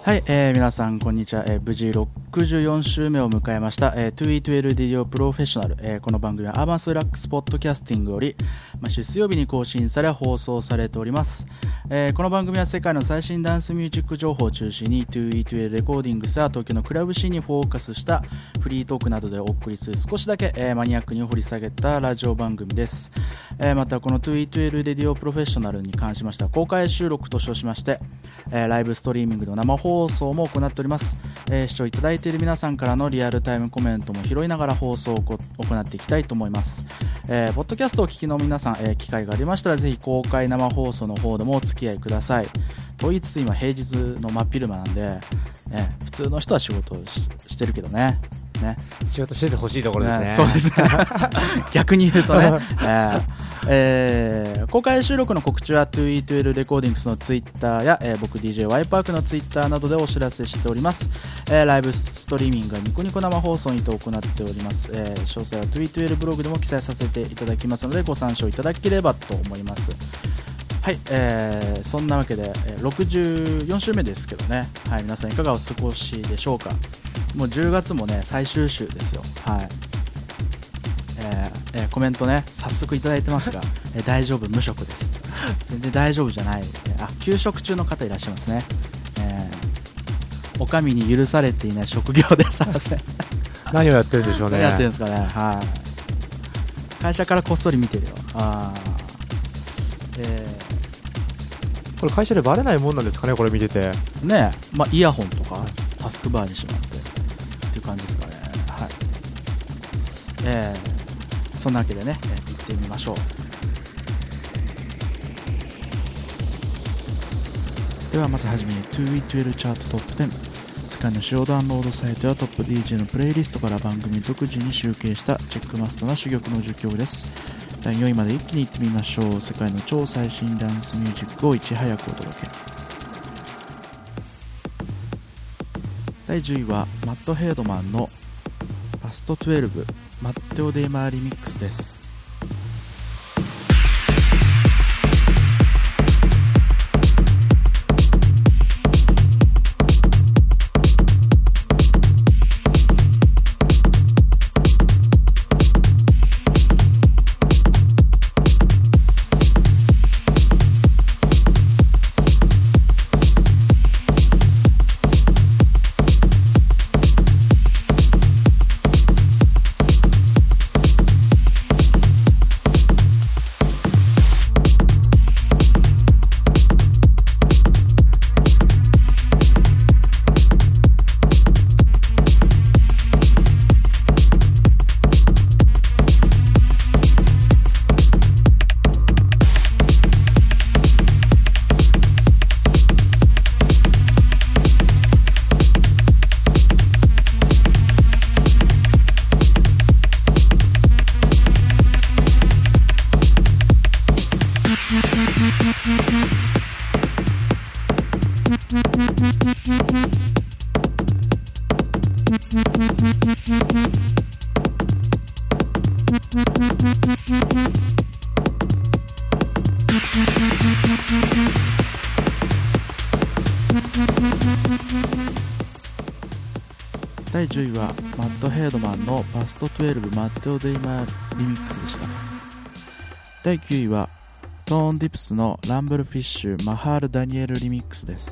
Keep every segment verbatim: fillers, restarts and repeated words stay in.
はい、えー、皆さんこんにちは、えー、無事ろくじゅうよん週目を迎えました、えー、トゥイートゥエル Radio Professional、えー、この番組はアーバンスラックスポッドキャスティングより毎週水曜日に更新され放送されております、えー、この番組は世界の最新ダンスミュージック情報を中心に トゥイートゥエル レコーディングスや東京のクラブシーンにフォーカスしたフリートークなどでお送りする少しだけ、えー、マニアックに掘り下げたラジオ番組です、えー、またこの トゥイートゥエル Radio Professional に関しましては公開収録と称しまして、えー、ライブストリーミングの生放送も行っております、えー、視聴いただいている皆さんからのリアルタイムコメントも拾いながら放送を行っていきたいと思います、えー、ポッドキャストをお聞きの皆さん、えー、機会がありましたらぜひ公開生放送の方でもお付き合いください。と言いつつ今平日の真っ昼間なんで、ね、普通の人は仕事を し, してるけどねね、 仕事しててほしいところですね。 ね、そうですね逆に言うとね、えーえー、公開収録の告知は トゥイートゥエル レコーディングスのツイッターや、えー、僕 ディージェー ワイパークのツイッターなどでお知らせしております、えー、ライブストリーミングはニコニコ生放送にて行っております、えー、詳細は トゥイートゥエル ブログでも記載させていただきますのでご参照いただければと思います。はい、えー、そんなわけでろくじゅうよん週目ですけどね、はい、皆さんいかがお過ごしでしょうか。もうじゅうがつもね最終週ですよ。はい、えーえー、コメントね早速いただいてますが、えー、大丈夫無職です全然大丈夫じゃない、えー、あ休職中の方いらっしゃいますね、えー、お上に許されていない職業です何をやってるんでしょうね。 何やってるんですかね。はい、会社からこっそり見てるよ。あー、えー、これ会社でバレないもんなんですかね、これ見ててね。まあイヤホンとかタスクバーにしまってっていう感じですかね。はい、えー、そんなわけでね、えー、行ってみましょう。ではまずはじめに トゥイートゥエル チャートトップテン、世界の主要ダウンロードサイトやトップ ディージェー のプレイリストから番組独自に集計したチェックマストな珠玉のじゅっきょくです。だいよんいまで一気に行ってみましょう。世界の超最新ダンスミュージックをいち早くお届け。だいじゅういはマット・ヘイドマンのパストじゅうにマッテオ・デイマーリミックスです。だいじゅういはマット・ヘイドマンのパストじゅうにマッテオ・デイマーリミックスでした。だいきゅういはトーンディプスのランブルフィッシュマハール・ダニエルリミックスです。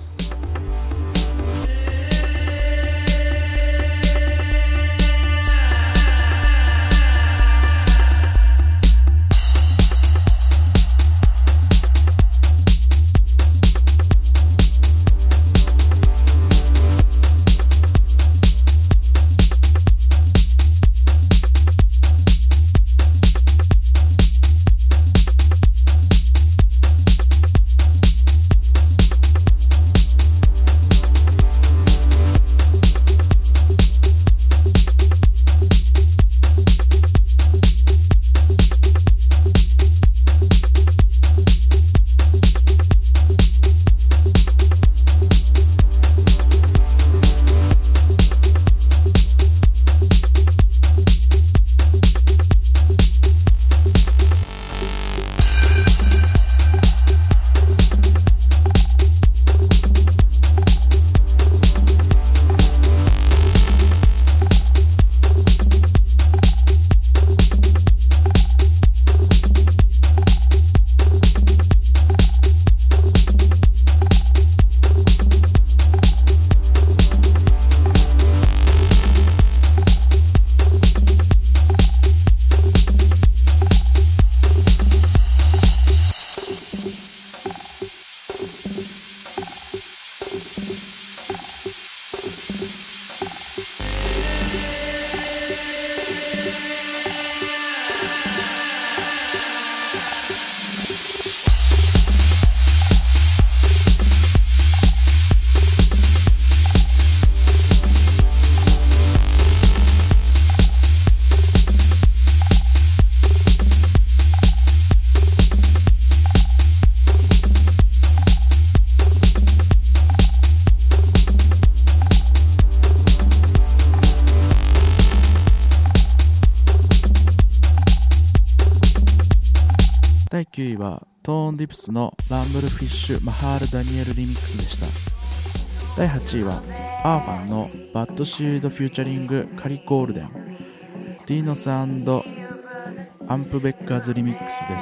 きゅういはトーンディプスのランブルフィッシュマハール・ダニエルリミックスでした。だいはちいはアーファンのバッドシールドフューチャリングカリゴールデンディーノス&アンプベッカーズリミックスです。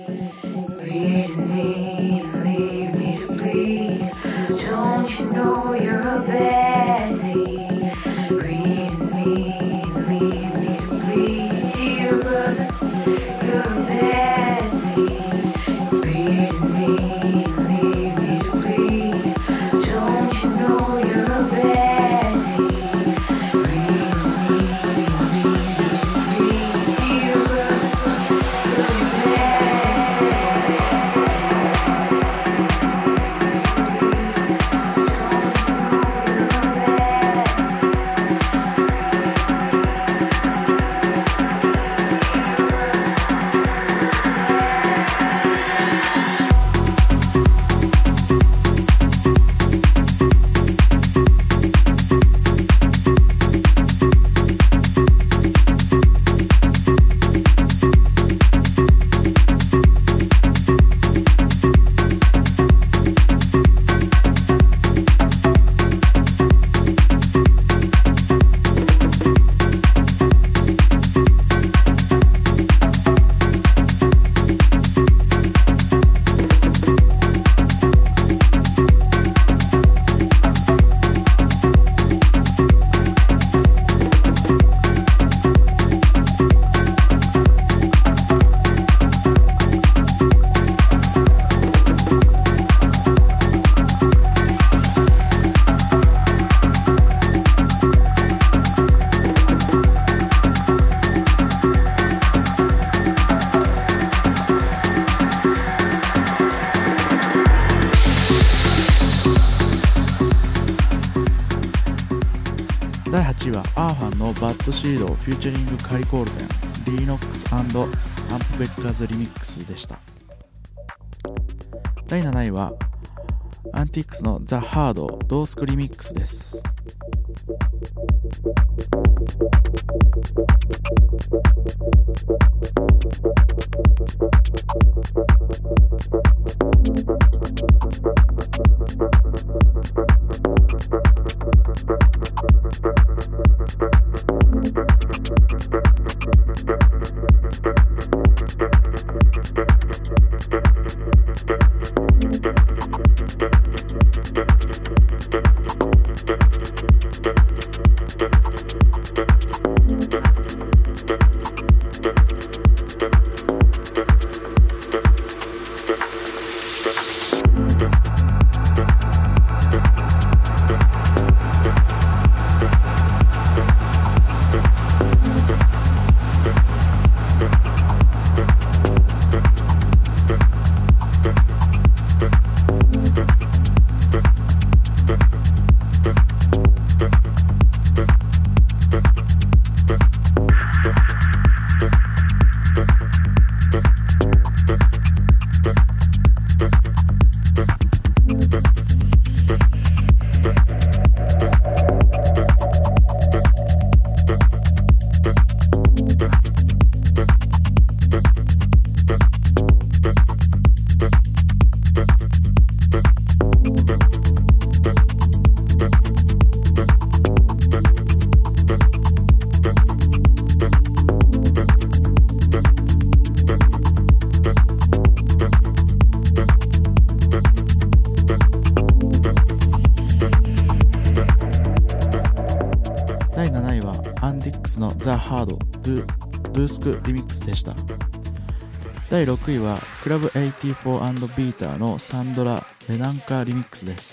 だいはちいはアーファンのバッドシードフューチャリングカリゴールデンリーノックス&アンプベッカーズリミックスでした。だいなないはアンティックスのザ・ハードドースクリミックスです。だいなないはアンティックスのザ・ハードドゥドゥースクリミックスでした。だいろくいはクラブはちじゅうよん&ビーターのサンドラ・レナンカリミックスです。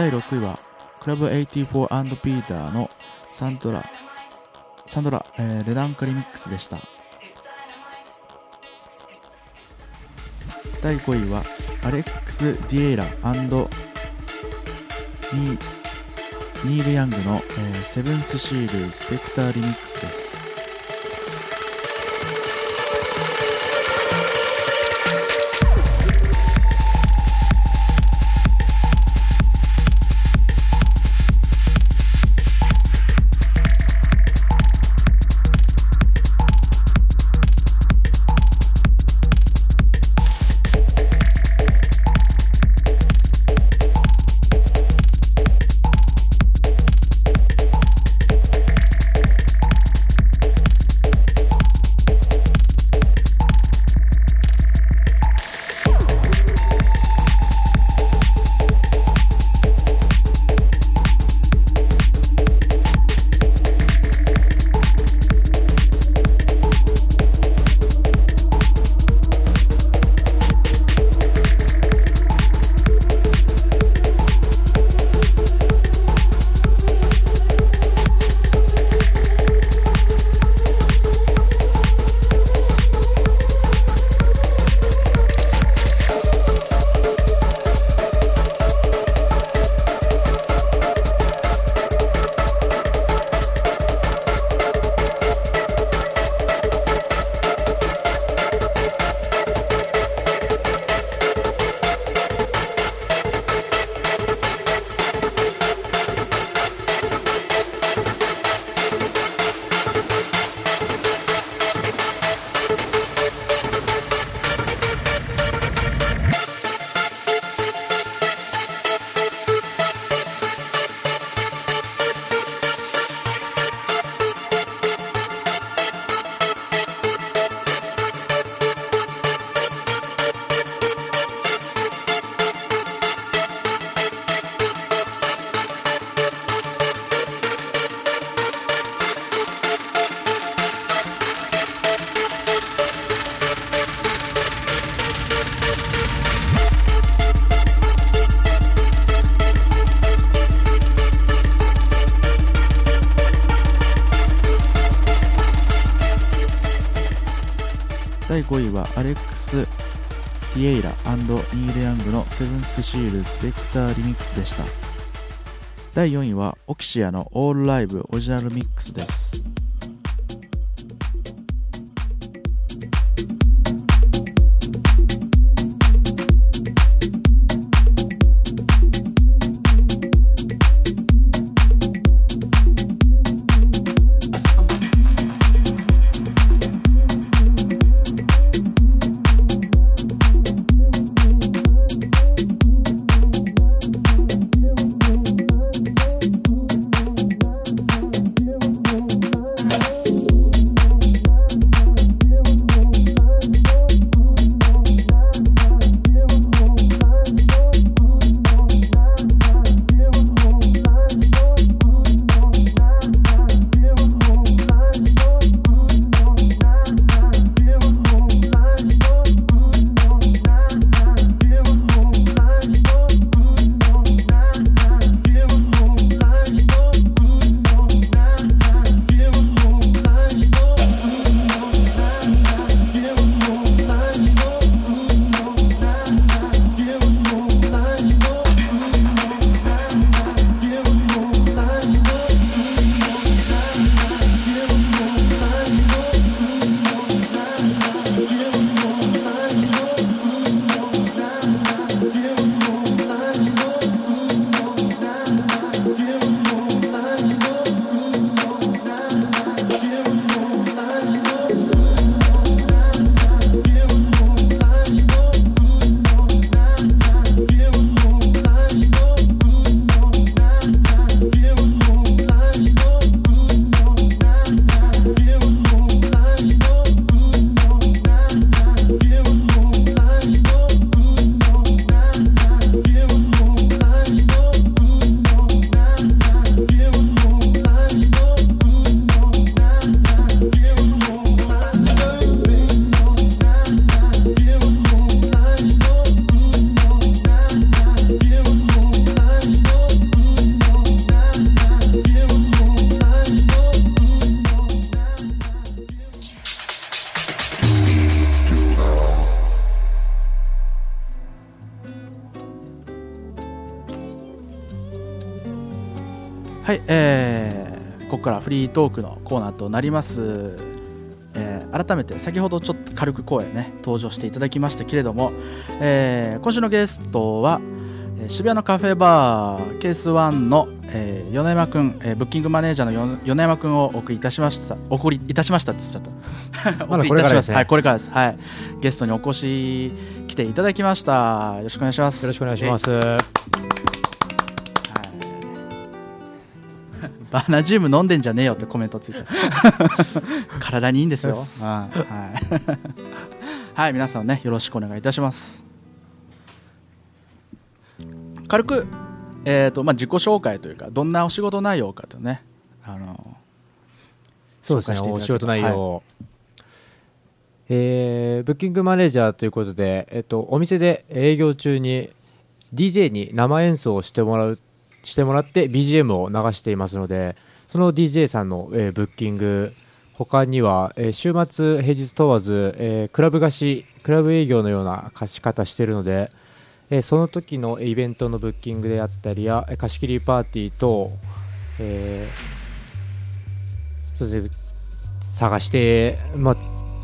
だいろくいはクラブはちじゅうよんアンド ピーターのサンドラサンドラ、えー、レダンカリミックスでした。だいごいはアレックス・ディエイラ&ニール・ヤングの、えー、セブンスシールスペクターリミックスです。だいごいはアレックス・ディエイラ&ニール・ヤングのセブンスシールスペクターリミックスでした。だいよんいはオキシアのオールライブオリジナルミックスです。 はい、えー、ここからフリートークのコーナーとなります。えー、改めて先ほどちょっと軽く声ね登場していただきましたけれども、えー、今週のゲストは渋谷のカフェバーケースワンの、えー、米山くん、えー、ブッキングマネージャーの米山くんをお送りいたしましたお送りいたしましたって言っちゃったまだこれからですね。 はい、これからです。はい、ゲストにお越し来ていただきました。よろしくお願いします。 よろしくお願いします。 バナジウム飲んでんじゃねえよってコメントついて体にいいんですよはい、はい、皆さんねよろしくお願いいたします。軽く、えーとまあ、自己紹介というかどんなお仕事内容かとね、あのそうですね、お仕事内容、はい、えー、ブッキングマネージャーということで、えっと、お店で営業中に ディージェー に生演奏をしてもらうしてもらって ビージーエム を流していますので、その ディージェー さんの、えー、ブッキング、他には、えー、週末平日問わず、えー、クラブ貸しクラブ営業のような貸し方しているので、えー、その時のイベントのブッキングであったりや貸し切りパーティーと、えー、そうですね、探して、まあ、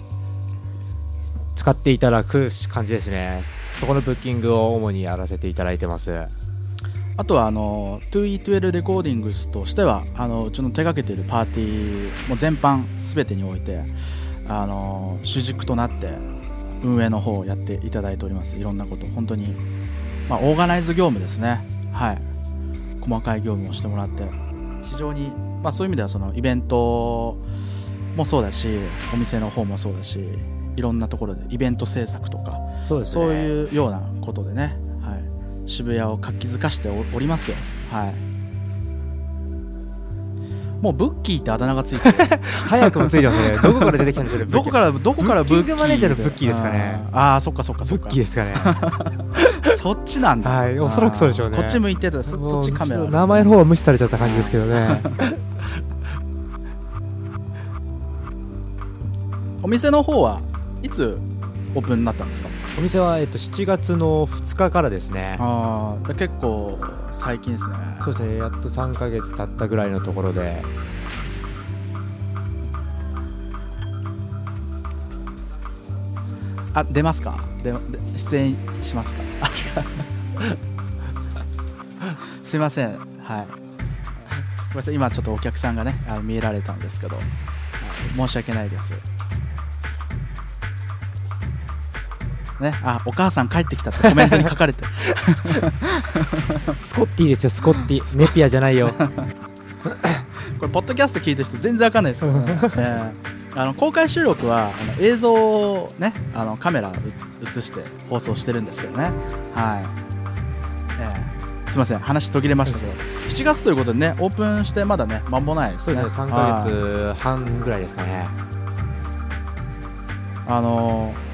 使っていただく感じですね。そこのブッキングを主にやらせていただいてます。 あとはあの ツーイートゥエル レコーディングスとしてはあのうちの手掛けているパーティーも全般全てにおいてあの主軸となって運営の方をやっていただいております。いろんなこと本当に、まあ、オーガナイズ業務ですね。はい、細かい業務をしてもらって非常に、まあ、そういう意味ではそのイベントもそうだしお店の方もそうだしいろんなところでイベント制作とかそうですね、 そういうようなことでね、はい、渋谷を活気づかしておりますよ。はい、もうブッキーってあだ名がついてる早くもついてますね。どこから出てきたんでしょうね。 どこからどこからブッキーブッキングマネージャーのブッキーですかね。 ああ、そっかそっかそっか、 ブッキーですかねそっちなんだ。 はい、おそらくそうでしょうね。 こっち向いてた、 そ, そっちカメラ、 名前の方は無視されちゃった感じですけどねお店の方はいつオープンになったんですか？ お店は、えっと、しちがつのふつかからですね。 ああ、結構最近ですね。 そうですね、やっとさんかげつ経ったぐらいのところで。 あ、出ますか？でで出演しますか？あ、違うすいません、はい、ごめんなさい、今ちょっとお客さんがねあの見えられたんですけど申し訳ないですね。あ、お母さん帰ってきたってコメントに書かれてスコッティですよ、スコッティ、ネピアじゃないよこれポッドキャスト聞いてる人全然わかんないですけどね、えー、あの公開収録はあの映像をねあのカメラを映して放送してるんですけどね。はい、えー、すいません、話途切れましたけどしちがつということでねオープンしてまだね間もないですね。 そうですね、さんかげつはんぐらいですかね。 あのー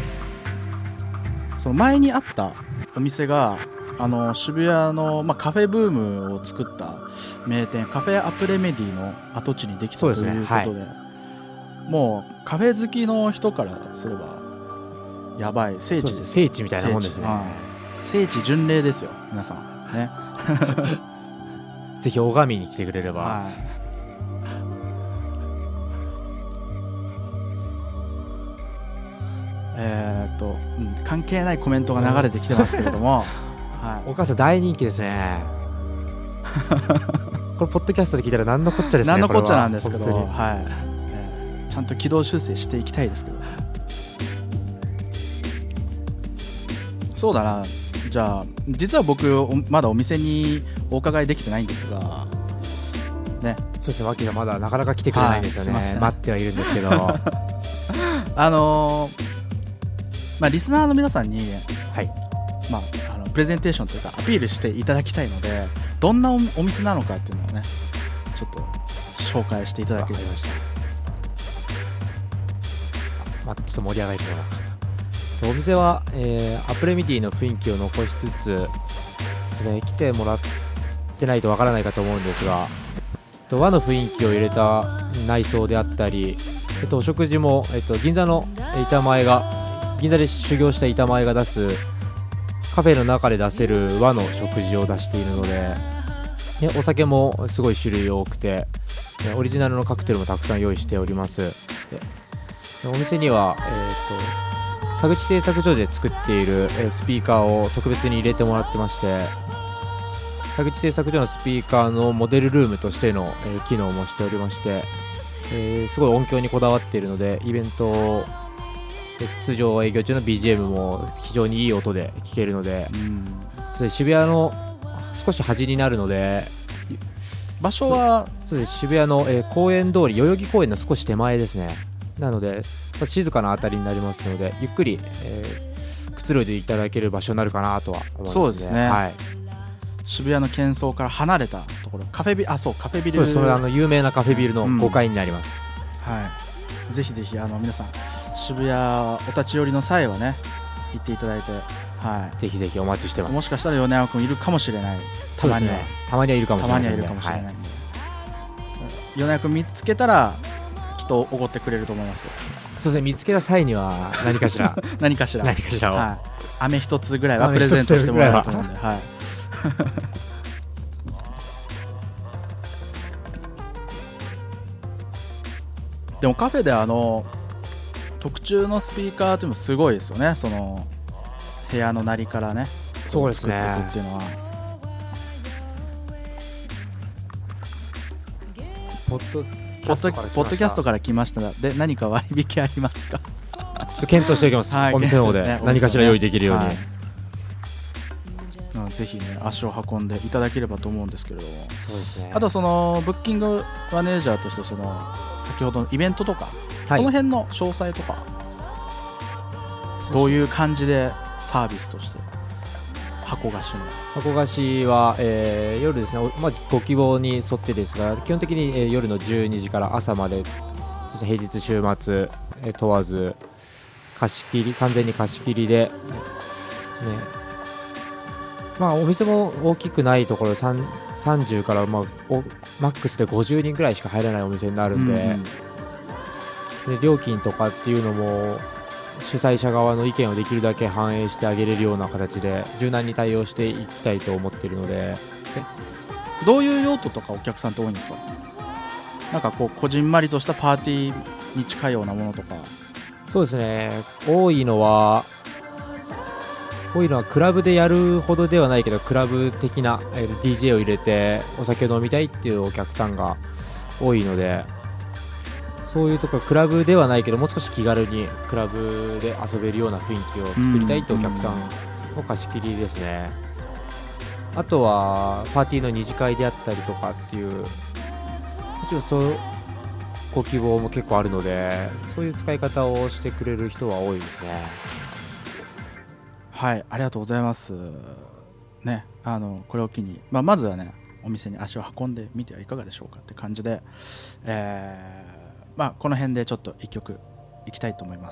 その前にあったお店があの渋谷の、まあ、カフェブームを作った名店カフェアプレメディの跡地にできたということで、ね、はい、もうカフェ好きの人からすればやばい聖地です。 聖地みたいなもんですね。 聖地巡礼ですよ皆さんねぜひ拝みに来てくれれば、はい、 えー、っと、うん、関係ないコメントが流れてきてますけれども、 はい、お母さん大人気ですねこれポッドキャストで聞いたら何のこっちゃですね。 何のこっちゃなんですけど、はい、えー、ちゃんと軌道修正していきたいですけどそうだな。じゃあ実は僕まだお店にお伺いできてないんですがね。 そうですね、脇がまだなかなか来てくれないんですよね、はい、待ってはいるんですけどあのーまあ、リスナーの皆さんに、 はい、 まあ、あのプレゼンテーションというかアピールしていただきたいのでどんな お, お店なのかっていうのをねちょっと紹介していただければ。 まあ、ちょっと盛り上がりそうなお店は、えー、アプレミティの雰囲気を残しつつ、ね、来てもらってないとわからないかと思うんですが和の雰囲気を入れた内装であったり、えっと、お食事も、えっと、銀座の板前が銀座で修行した板前が出すカフェの中で出せる和の食事を出しているので、 でお酒もすごい種類多くて、オリジナルのカクテルもたくさん用意しております。でお店には、えーと、田口製作所で作っているスピーカーを特別に入れてもらってまして、田口製作所のスピーカーのモデルルームとしての、えー、機能もしておりまして、えー、すごい音響にこだわっているので、イベント通常営業中の ビージーエム も非常にいい音で聴けるので、うん、それ渋谷の少し端になるので、 場所はそうです、渋谷の、えー、公園通り、代々木公園の少し手前ですね。なので静かなあたりになりますので、ゆっくり、えー、くつろいでいただける場所になるかなとは思いますね。 そうですね、 はい、 渋谷の喧騒から離れたところ、カフェビあそうカフェビル、 そうです、それあの有名なカフェビルのごかいになります、 うん、はい、ぜひぜひあの皆さん渋谷お立ち寄りの際はね行っていただいて、はい、 ぜひぜひお待ちしてます。 もしかしたら米山君いるかもしれない、たまには、ね、 たまにはいるかもしれない、 たまにはいるかもしれないんで、はい、米山君見つけたらきっとおごってくれると思います。 そうですね、見つけた際には何かしら何かしら何かしらを、 はい、飴一つぐらいはプレゼントしてもらえると思うんで、はいでもカフェであの特注のスピーカーっていうのもすごいですよね。その部屋の鳴りからね、 そうですね、 作っていくっていうのは。 ポッドポッドポッドキャストから来ました。で何か割引ありますか？ ちょっと検討しておきます、はい、お店の方で、ね、何かしら用意できるように、はい、 ぜひね足を運んでいただければと思うんですけれども。 そうですね、 あとそのブッキングマネージャーとしてその先ほどのイベントとか、はい、その辺の詳細とかどういう感じでサービスとして箱菓子の箱菓子は、えー、夜ですね、まあ、ご希望に沿ってですが基本的に、えー、夜のじゅうにじから朝まで、そして平日週末、えー、問わず貸し切り、完全に貸し切りで、ですね、まあ、お店も大きくないところさんじゅうから、まあ、おマックスでごじゅうにんぐらいしか入れないお店になるんで、うん、で料金とかっていうのも主催者側の意見をできるだけ反映してあげれるような形で柔軟に対応していきたいと思っているので。 どういう用途とかお客さんって多いんですか？なんかこうこじんまりとしたパーティーに近いようなものとか。 そうですね、多いのは多いのはクラブでやるほどではないけどクラブ的な ディージェー を入れてお酒を飲みたいっていうお客さんが多いので、そういうところクラブではないけどもう少し気軽にクラブで遊べるような雰囲気を作りたいってお客さんの貸し切りですね。あとはパーティーの二次会であったりとかっていう、もちろんそうご希望も結構あるので、そういう使い方をしてくれる人は多いですね。 はい、ありがとうございますね。あのこれを機に、まあ、まずはねお店に足を運んでみてはいかがでしょうかって感じで、えーまあ、この辺でちょっと一曲いきたいと思います。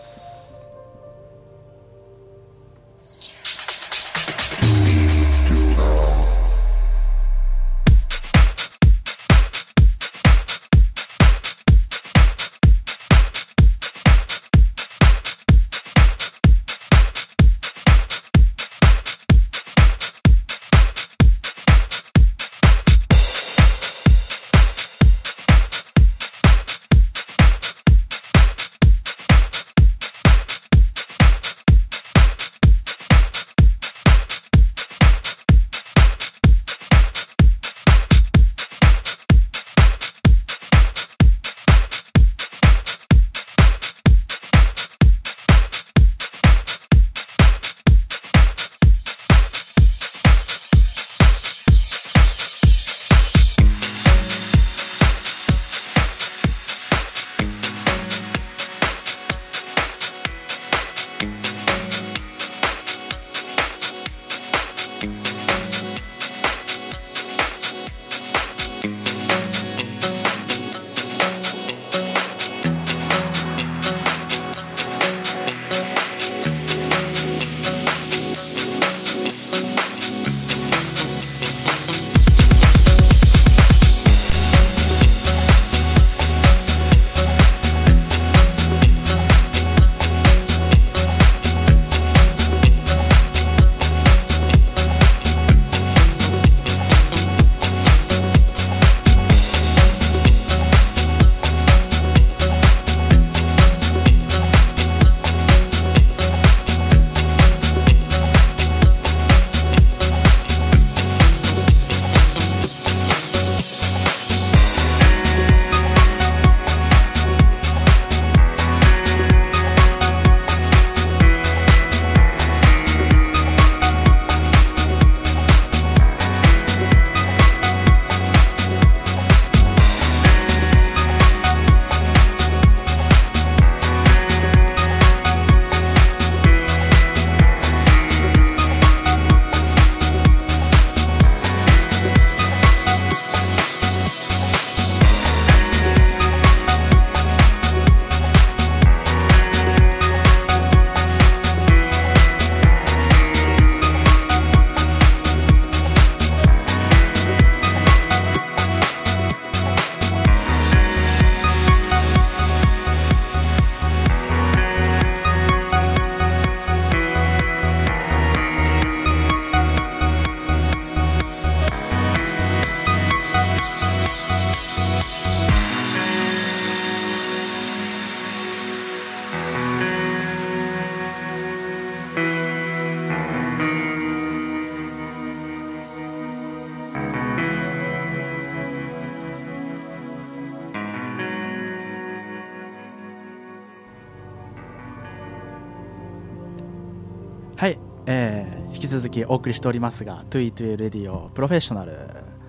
はい、えー、引き続きお送りしておりますが トゥイトゥエル レディオプロフェッショナル、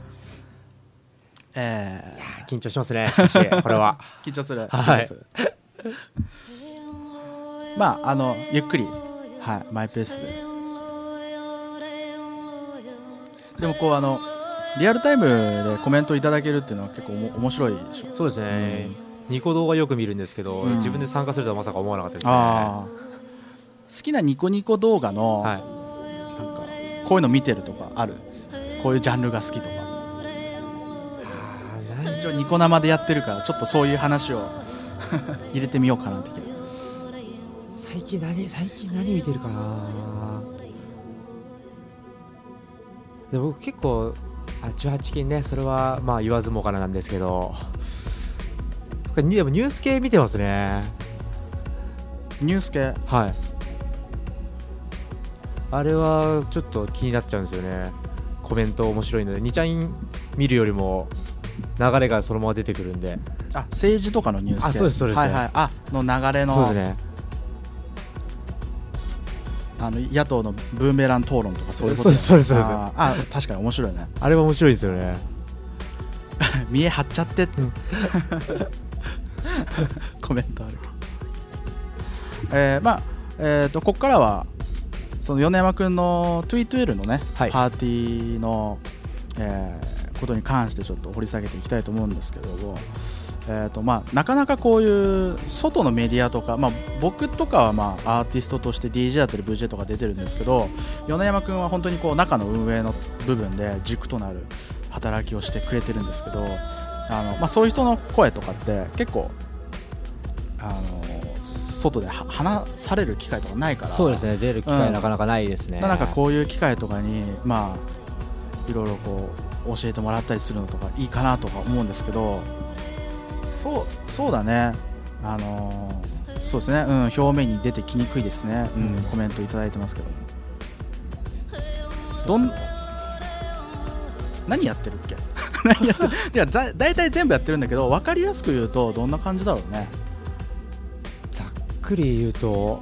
えー、緊張しますね。しかしこれは緊張する、 はい、 まああのゆっくり、はい、マイペースで、でもこうあのリアルタイムでコメントいただけるっていうのは結構お面白いでしょ。 そうですね、うん、ニコ動画よく見るんですけど、うん、自分で参加するとはまさか思わなかったですね。あ、 好きなニコニコ動画の、はい、なんかこういうの見てるとかある？こういうジャンルが好きとか。一応ニコ生でやってるからちょっとそういう話を入れてみようかなって。 最近何最近何見てるかな。で僕結構あじゅうはち禁ね、それはまあ言わずもがななんですけど、でもニュース系見てますね。 ニュース系、 はい、あれはちょっと気になっちゃうんですよね。コメント面白いのでにちゃん見るよりも流れがそのまま出てくるんで。 あ、政治とかのニュース系。 あ、そうですそうです、 はいはい、あの流れの。 そうですね、 あの野党のブーメラン討論とかそういうこと。 そうですそうです。 ああ、確かに面白いね。 あれは面白いですよね。 見え張っちゃってってコメントあるけど、えー、まあえーとここからはその米山くんのトゥイトゥエルのね、はい、パーティーの、えー、ことに関してちょっと掘り下げていきたいと思うんですけども、えーとまあ、なかなかこういう外のメディアとか、まあ、僕とかはまあアーティストとして ディージェー だったり ブイジェー とか出てるんですけど、米山君は本当にこう中の運営の部分で軸となる働きをしてくれてるんですけど、あの、まあ、そういう人の声とかって結構あの外で話される機会とかないから。 そうですね、出る機会なかなかないですね、 うん、なんかこういう機会とかにまあいろいろこう教えてもらったりするのとかいいかなとか思うんですけど、そうそうだね、あのー、そうですね、うん、表面に出てきにくいですね、うん、コメントいただいてますけど、どん何やってるっけ何やってるいやだ大体全部やってるんだけど、分かりやすく言うとどんな感じだろうね。 ざっくり言うと、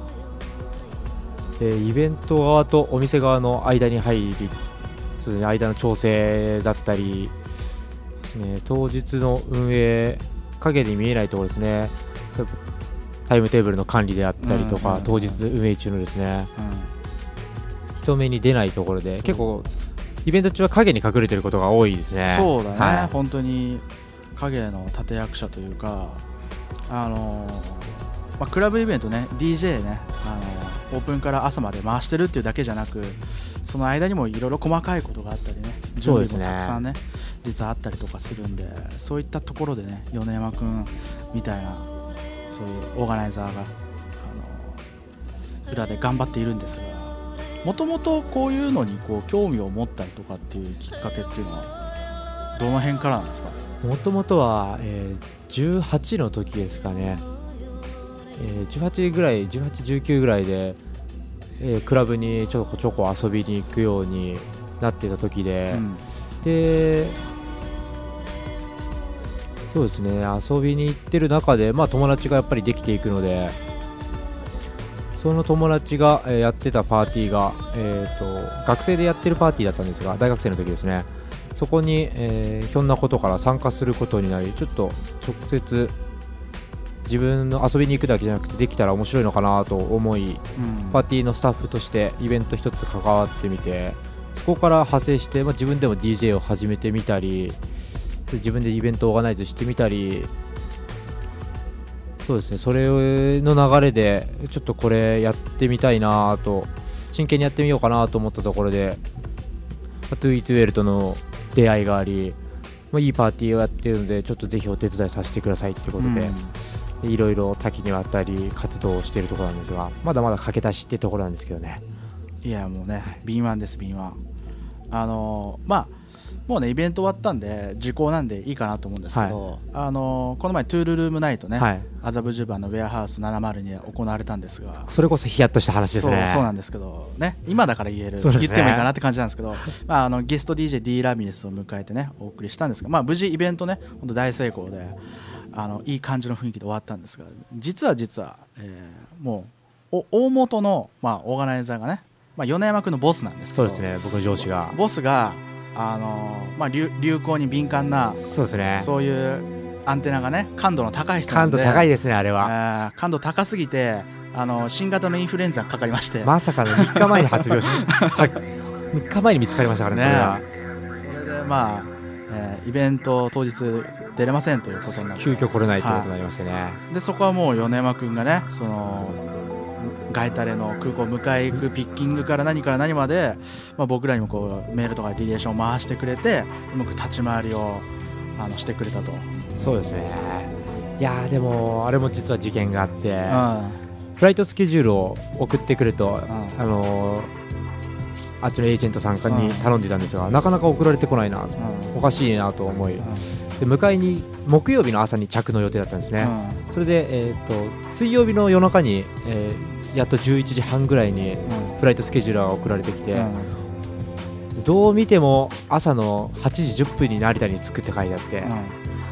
えー、イベント側とお店側の間に入り、そうですね、間の調整だったりですね、当日の運営、影に見えないところですね、タイムテーブルの管理であったりとか、うんうんうん、当日運営中のですね、うん、人目に出ないところで結構イベント中は影に隠れてることが多いですね。 そうだね、はい、本当に影の立役者というか、あのーまあ、クラブイベントね、 ディージェー ね、あのー、オープンから朝まで回してるっていうだけじゃなく、その間にもいろいろ細かいことがあったりね、準備もたくさんね、実はあったりとかするんで、そういったところでね、米山くんみたいなそういうオーガナイザーがあの裏で頑張っているんですが、もともとこういうのにこう興味を持ったりとかっていうきっかけっていうのはどの辺からなんですか？ もともとは、えー、じゅうはちの時ですかね、えー、じゅうはちぐらい、じゅうはち、じゅうきゅうぐらいで、えー、クラブにちょこちょこ遊びに行くようになってた時で、うん、でそうですね、遊びに行ってる中で、まあ、友達がやっぱりできていくので、その友達が、えー、やってたパーティーが、えー、と学生でやってるパーティーだったんですが、大学生の時ですね、そこに、えー、ひょんなことから参加することになり、ちょっと直接自分の遊びに行くだけじゃなくてできたら面白いのかなと思い、うん、パーティーのスタッフとしてイベント一つ関わってみて、そこから派生して、まあ、自分でも ディージェー を始めてみたり、自分でイベントをオーガナイズしてみたり、そうですね、それの流れでちょっとこれやってみたいなと、真剣にやってみようかなと思ったところで、トゥイトゥエルとの出会いがあり、まあ、いいパーティーをやっているので、ちょっとぜひお手伝いさせてくださいということで、いろいろ多岐にわたり活動をしているところなんですが、まだまだ駆け出しっていうところなんですけどね。 いやもうね、敏腕です、敏腕。あのー、まあもうねイベント終わったんで時効なんでいいかなと思うんですけど、はい、あのー、この前トゥールルームナイトね、はい、麻布十番のウェアハウスななじゅうにで行われたんですが、 それこそヒヤッとした話ですね。 そう、そうなんですけどね、今だから言える、ね、言ってもいいかなって感じなんですけど、まあ、あのゲスト ディージェー D ラミレスを迎えてねお送りしたんですが、まあ、無事イベントね本当大成功で、あのいい感じの雰囲気で終わったんですが、実は実は、えー、もうお大元の、まあ、オーガナイザーがね、まあ、米山君のボスなんですけど、 そうですね、僕の上司がボスが、あのーまあ、流, 流行に敏感な、 そうですね、 そういうアンテナがね感度の高い人なんで、 感度高いですねあれは、 えー感度高すぎて、あの新型のインフルエンザがかかりまして、 まさかのみっかまえに発病しみっかまえに見つかりましたからね、それはそれでまあ、えーイベント当日出れませんということになって、 急遽来れないということになりましてね、はい、 でそこはもう米山君がね、そのガイタレの空港を迎え行くピッキングから何から何まで、まあ、僕らにもこうメールとかリレーションを回してくれて、うまく立ち回りをあのしてくれたと。 そうですね。いやーでもあれも実は事件があって、 うん、 フライトスケジュールを送ってくると、 うん、 あのー、あっちのエージェントさんに頼んでたんですが、うん、なかなか送られてこないな、うん、おかしいなと思い、うん、で迎えに木曜日の朝に着の予定だったんですね、うん、それで、えー、と水曜日の夜中に、えー、やっとじゅういちじはんぐらいにフライトスケジュールが送られてきて、うん、どう見ても朝のはちじじゅっぷんに成田に着くって書いてあって、うん、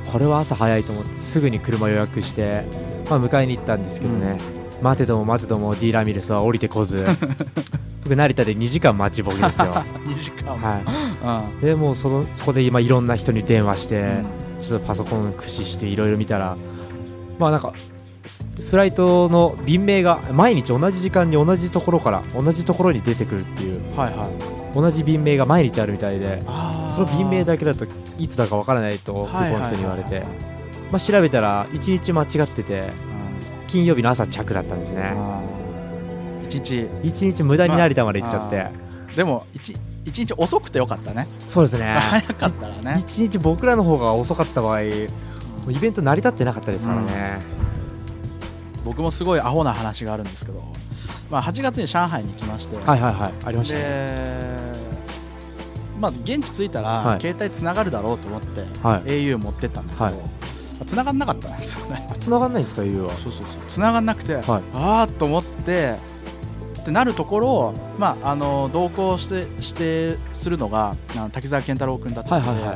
これは朝早いと思ってすぐに車予約して、まあ、迎えに行ったんですけどね、うん、待てども待てども D ラミレスは降りてこず僕成田でにじかん待ちぼきですよにじかん、 はい、うん、でもう そ, のそこで今いろんな人に電話して、うん、ちょっとパソコン駆使していろいろ見たら、まあなんかフライトの便名が毎日同じ時間に同じところから同じところに出てくるっていう、はいはい、同じ便名が毎日あるみたいで、その便名だけだといつだかわからないと空港の人に言われて、まあ、調べたらいちにち間違ってて、うん、金曜日の朝着だったんですね。いちにちいちにち無駄に成田まで行っちゃって、まあ、でも 1, いちにち遅くてよかったね。 そうですね早かったらね、 いちにち僕らの方が遅かった場合、うん、イベント成り立ってなかったですからね、 うん、僕もすごいアホな話があるんですけど、まあ、はちがつに上海に来まして、 はいはいはい、ありましたね。 で、まあ、現地着いたら、はい、携帯つながるだろうと思って、はい、エーユー 持ってったんだけど、はい、繋がんなかったんですよね。 繋がんないんですか エーユー は。 そうそうそう、繋がんなくて、はい、あーと思ってってなるところを、まあ、あの同行してしてするのが滝沢健太郎君だったので、はいはいはい、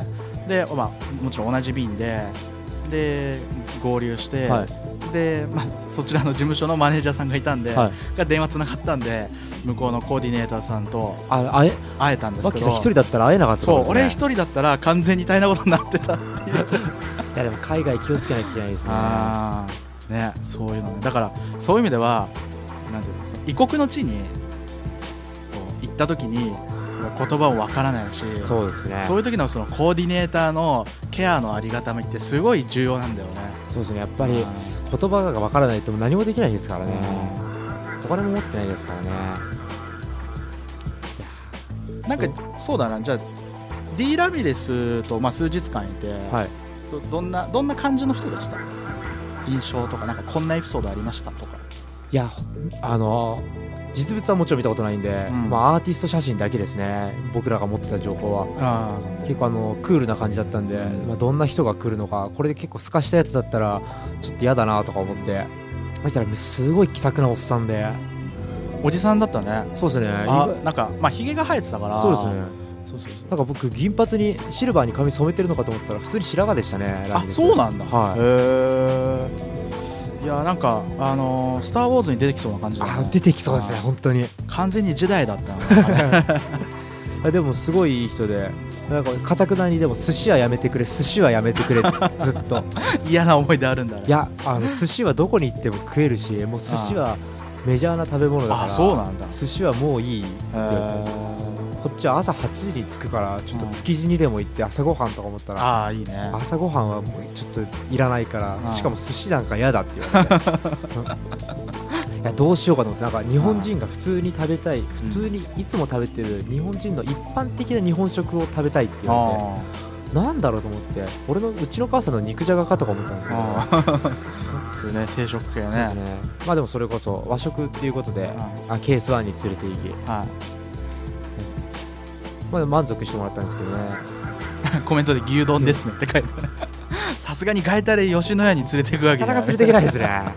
で、まあ、もちろん同じ便でで合流して、はい、でまあ、そちらの事務所のマネージャーさんがいたんで、はい、が電話つながったんで向こうのコーディネーターさんと会え、会えたんですけど、 マキさん一人だったら会えなかったんですね。 そう、俺一人だったら完全に大変なことになってたっていういやでも海外気をつけなきゃいけないですね。 あね、そういうのね。だからそういう意味ではなんていうの、その異国の地にこう行った時に言葉もわからないし、 そうですね、 そういう時のそのコーディネーターのケアのありがたみってすごい重要なんだよね。 そうですね、やっぱり言葉がわからないと何もできないですからね、お金も持ってないですからね。 なんかそうだな、じゃあ D ラミレスとまあ数日間いて、はい、どんなどんな感じの人でした？印象とか、なんかこんなエピソードありましたとか。 いや、あの実物はもちろん見たことないんで、うん、まあ、アーティスト写真だけですね、僕らが持ってた情報は。あ結構あのクールな感じだったんで、まあ、どんな人が来るのか、これで結構透かしたやつだったらちょっと嫌だなとか思って、見たらすごい気さくなおっさんで、 おじさんだったね。 そうですね、 あなんか、まあ、ひげが生えてたから。 そうですね、そうそうそう、なんか僕銀髪にシルバーに髪染めてるのかと思ったら普通に白髪でしたね。 あ、そうなんだ、 はい、 へー。いや、なんかあのー、スターウォーズに出てきそうな感じだね。 あ、出てきそうですね、本当に完全にジェダイだったのでもすごいいい人で、なんか堅くなにでも寿司はやめてくれ、寿司はやめてくれってずっと嫌な思い出あるんだね。 いや、あの寿司はどこに行っても食えるし、もう寿司はメジャーな食べ物だから、 あ、そうなんだ、 寿司はもういいって言われて、こっちは朝はちじに着くからちょっと築地にでも行って朝ごはんとか思ったら、 ああいいね、 朝ごはんはもうちょっといらないから、しかも寿司なんか嫌だって言われていやどうしようかと思って、なんか日本人が普通に食べたい、普通にいつも食べてる日本人の一般的な日本食を食べたいって言われて、なんだろうと思って、俺のうちの母さんの肉じゃがかとか思ったんですけどね、定食系ね。 そうですね、まあでもそれこそ和食っていうことで、あ ケーエスワン に連れて行き、はい、まあ、満足してもらったんですけどねコメントで牛丼ですねって書いてあるさすがにガイタレ吉野家に連れていくわけにはなかなか連れていけないですね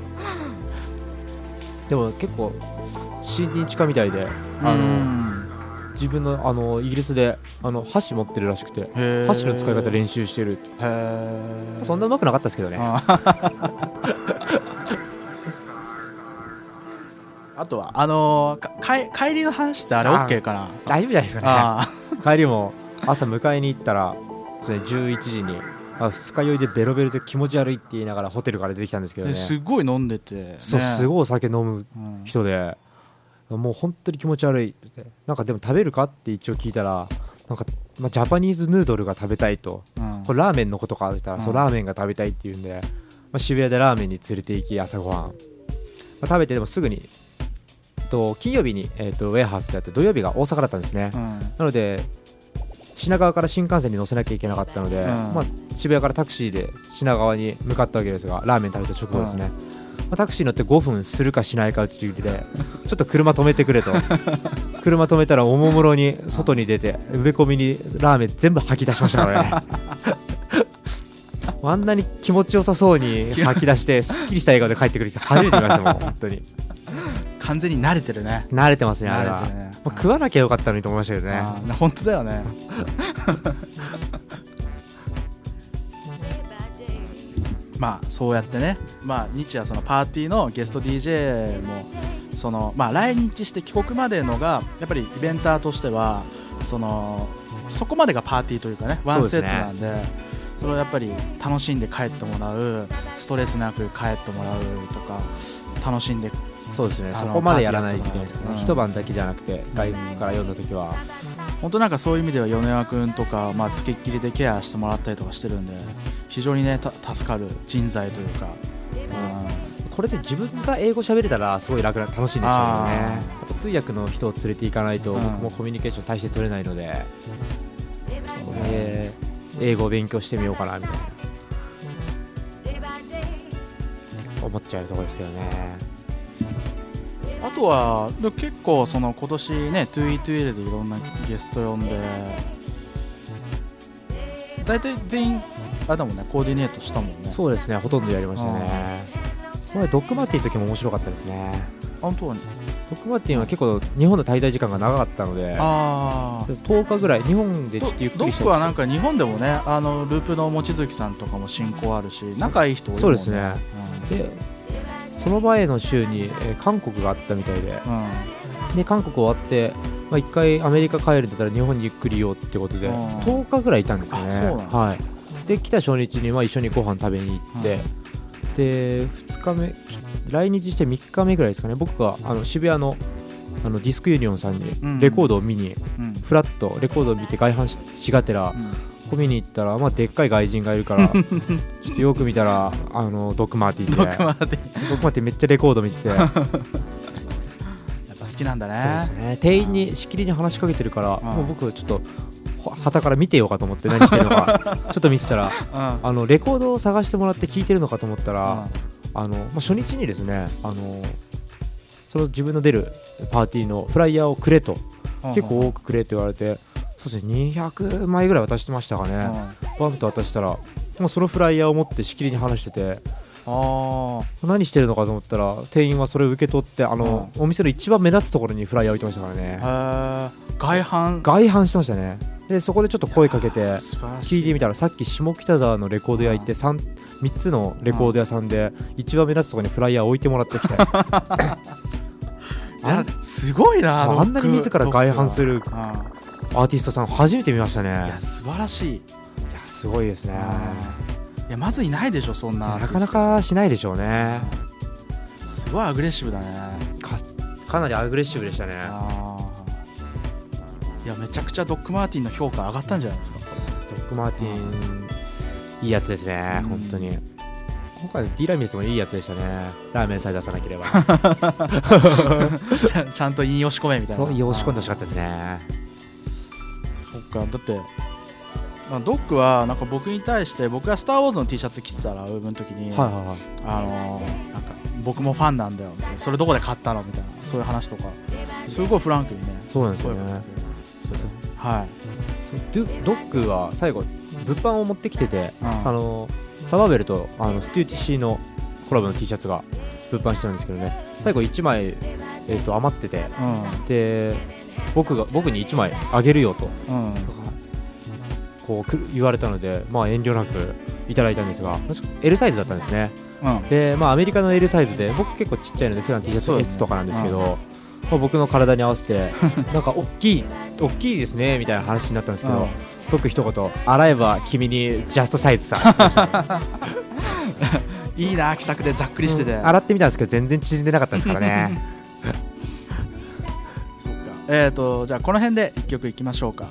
でも結構親日家みたいで、あの自分の、あのイギリスであの箸持ってるらしくて、箸の使い方練習してる。へそんなうまくなかったですけどねあとはあのー、か帰りの話ってあれ OK かな。 大丈夫じゃないですかね。帰りも朝迎えに行ったらそれじゅういちじに二日酔いでベロベロで気持ち悪いって言いながらホテルから出てきたんですけどね。 すごい飲んでて、ね、 そうすごいお酒飲む人で、うん、もう本当に気持ち悪いって。なんかでも食べるかって一応聞いたらなんか、まあ、ジャパニーズヌードルが食べたいと、うん、これラーメンのことかって言ったら、うん、そうラーメンが食べたいって言うんで、まあ、渋谷でラーメンに連れて行き朝ごはん、まあ、食べてでもすぐにと金曜日に、えー、とウェアハウスでやって土曜日が大阪だったんですね、うん、なので品川から新幹線に乗せなきゃいけなかったので、うんまあ、渋谷からタクシーで品川に向かったわけですがラーメン食べた直後ですね、うんまあ、タクシー乗ってごふんするかしないかっていう理でちょっと車止めてくれと車止めたらおもむろに外に出て植え込みにラーメン全部吐き出しましたからねあんなに気持ちよさそうに吐き出してすっきりした笑顔で帰ってくる人初めて見ましたもん本当に完全に慣れてるね。慣れてますねあれは、ねまあ、食わなきゃよかったのにと思いましたけどね。 本当だよねまあそうやってね、まあ、日夜そのパーティーのゲスト ディージェー もその、まあ、来日して帰国までのがやっぱりイベンターとしてはそのそこまでがパーティーというかねワンセットなんで、それをやっぱり楽しんで帰ってもらう、ストレスなく帰ってもらうとか楽しんで、 そうですね、そこまでやらないといけないですね、うん、一晩だけじゃなくて外国から読んだ時は本当なんかそういう意味では米山君とか、まあ、つきっきりでケアしてもらったりとかしてるんで非常にね助かる人材というか、 うん、これで自分が英語喋れたらすごい楽な楽しいんですよね。やっぱ通訳の人を連れて行かないと僕もコミュニケーション大して取れないので、うん、で英語を勉強してみようかなみたいな思っちゃうところですけどね。 あとは結構その今年ね トゥーイートゥーエル でいろんなゲスト呼んで大体全員あれだもんね、コーディネートしたもんね。 そうですね、ほとんどやりましたね。これドッグマーティンの時も面白かったですね。 本当にドッグマーティンは結構日本の滞在時間が長かったので、あとおかぐらい日本でちょっとゆっくりした。 ドッグはなんか日本でもね、あのループの望月さんとかも親交あるし仲いい人多いもんね。 そうですね、うん、でその前の週に、えー、韓国があったみたいで、うん、で韓国終わって、まあ、いっかいアメリカ帰るんだったら日本にゆっくりいようってことで、うん、とおかぐらいいたんですよね。はい、で来た初日にまあ一緒にご飯食べに行って、うん、でふつかめ来日してみっかめぐらいですかね、僕があの渋谷のあのディスクユニオンさんにレコードを見に、うん、フラッとレコードを見て外販 し, しがてら、うんここ見に行ったら、まあ、でっかい外人がいるからちょっとよく見たらあのドッグマーティーでドッグマーティードッグマーティーめっちゃレコード見ててやっぱ好きなんだね。 そうですね、店員にしきりに話しかけてるから、うん、もう僕ちょっと旗から見てようかと思って何してるのかちょっと見てたら、うん、あのレコードを探してもらって聴いてるのかと思ったら、うん、あのまあ、初日にですねあのその自分の出るパーティーのフライヤーをくれと、うん、結構多くくれって言われて、そうですね、にひゃくまいぐらい渡してましたかね、うん、バンと渡したらもうそのフライヤーを持ってしきりに話してて、あ何してるのかと思ったら店員はそれを受け取ってあの、うん、お店の一番目立つところにフライヤー置いてましたからね。 へ外販外販してましたね。でそこでちょっと声かけて聞いてみたら、さっき下北沢のレコード屋行って 3, 3つのレコード屋さんで一番目立つところにフライヤー置いてもらってきてあすごいな、 あんなに自ら外販するアーティストさん初めて見ましたね。いや素晴らしい。いやすごいですね。 いやまずいないでしょそんな。 なかなかしないでしょうね。 すごいアグレッシブだね。 か, かなりアグレッシブでしたね。 あいやめちゃくちゃドッグマーティンの評価上がったんじゃないですか。 ドッグマーティンいいやつですね、本当に。今回 D ラミレスもいいやつでしたね。ラーメンさえ出さなければち, ゃちゃんと引用し込めみたいな。 そう引用し込んでほしかったですね。 そっか、だって、まあ、ドッグはなんか僕に対して僕がスターウォーズの T シャツ着てたらウーブの時に、はいはいはい、あのー、なんか僕もファンなんだよみたいな、それどこで買ったのみたいなそういう話とかすごいフランクにね。 そうなんですよね。はい、ドッグは最後物販を持ってきてて、うん、あのサバベルとあのステューティシーのコラボの T シャツが物販してるんですけどね、最後いちまい、えー、と余ってて、うん、で僕が僕にいちまいあげるよと、うん、こう言われたので、まあ、遠慮なくいただいたんですが L サイズだったんですね。 うん、 で、まあ、アメリカの L サイズで僕結構ちっちゃいので普段 T シャツ S とかなんですけど、まあ、僕の体に合わせてなんか大きい大きいですねみたいな話になったんですけど、うん、僕一言洗えば君にジャストサイズさいいな、気さくでざっくりしてて、 うん、洗ってみたんですけど全然縮んでなかったですからねそっか。えーとじゃあこの辺でいっきょくいきましょうか。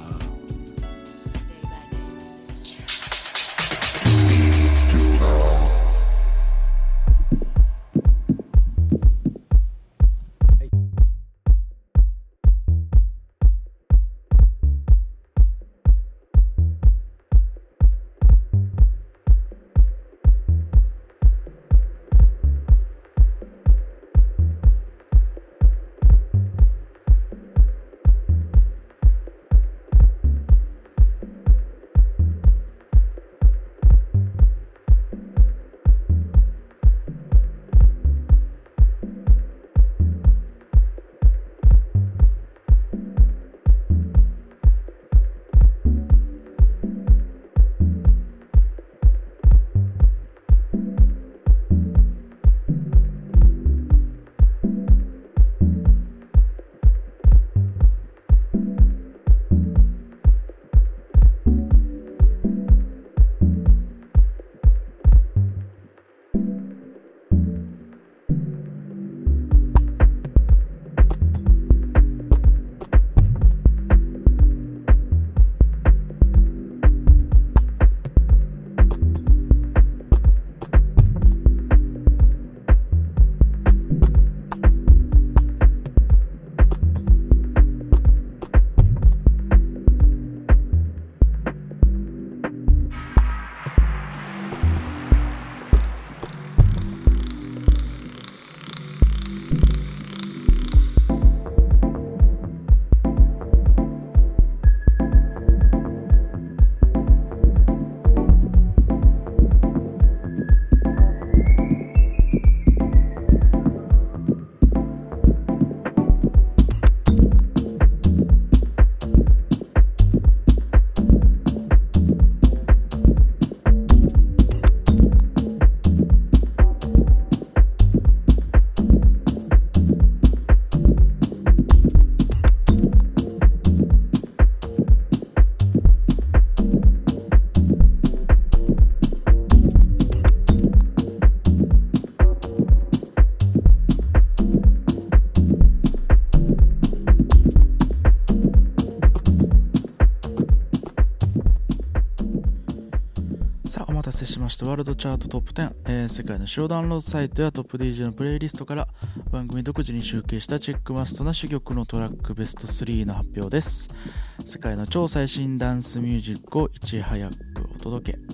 お待たせしました。ワールドチャートトップテン、えー、世界の主要ダウンロードサイトやトップ ディージェー のプレイリストから番組独自に集計したチェックマストな珠玉のトラックベストスリーの発表です。世界の超最新ダンスミュージックをいち早くお届け。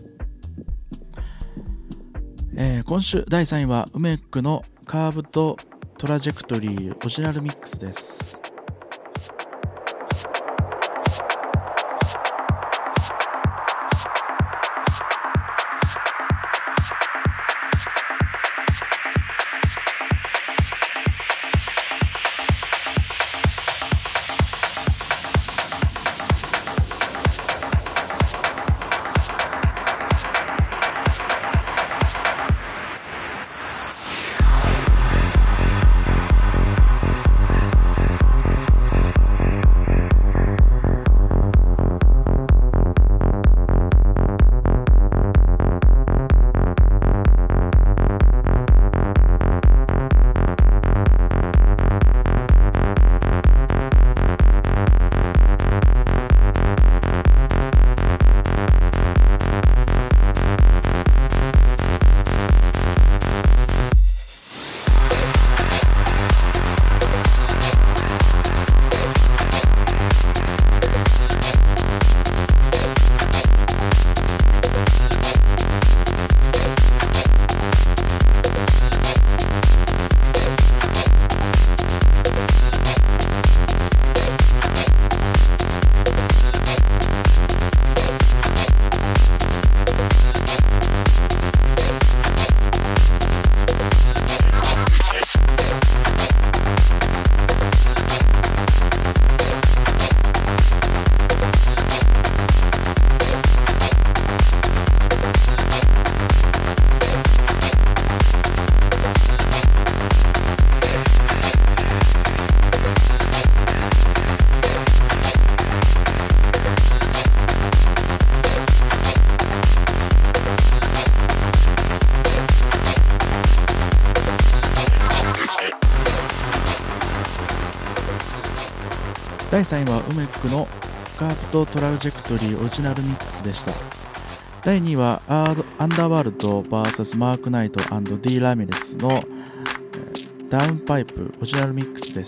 えー、今週だいさんいはウメックのカーブとトラジェクトリーオリジナルミックスです。 だいさんいはウメックのカープとトラジェクトリーオリジナルミックスでした。だいにいはアンダーワールド ブイエス マークナイト &D ラミレスのダウンパイプオリジナルミックスです。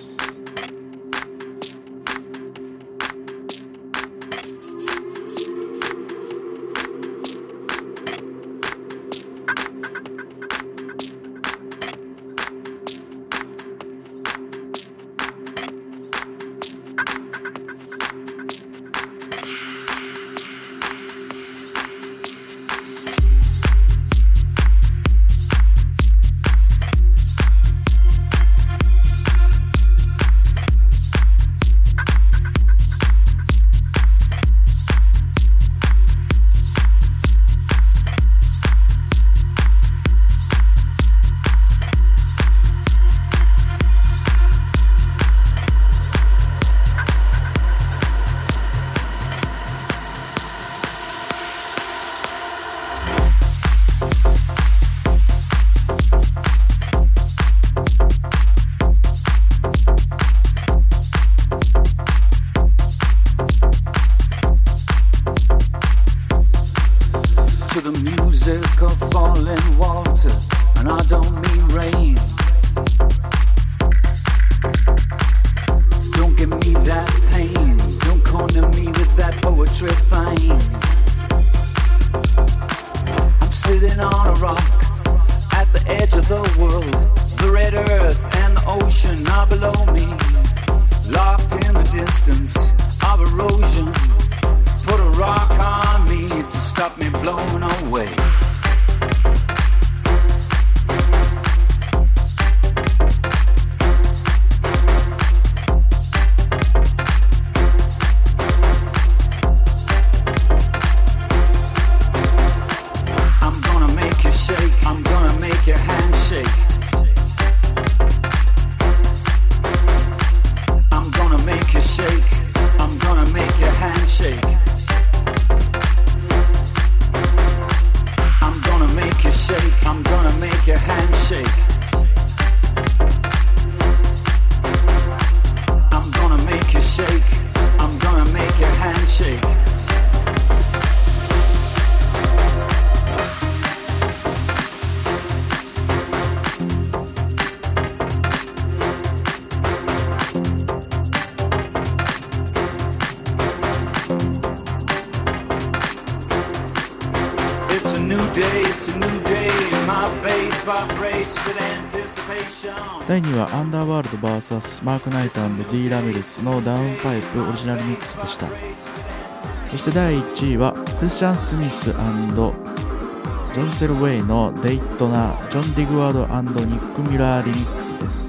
だいにいはアンダーワールド ブイエス マークナイト &D ラミレスのダウンパイプオリジナルミックスでした。そしてだいいちいはクリスチャン・スミス&ジョン・セルウェイのデイトナ、ジョン・ディグワード&ニック・ミラーリミックスです。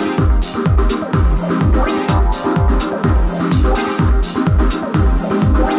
What?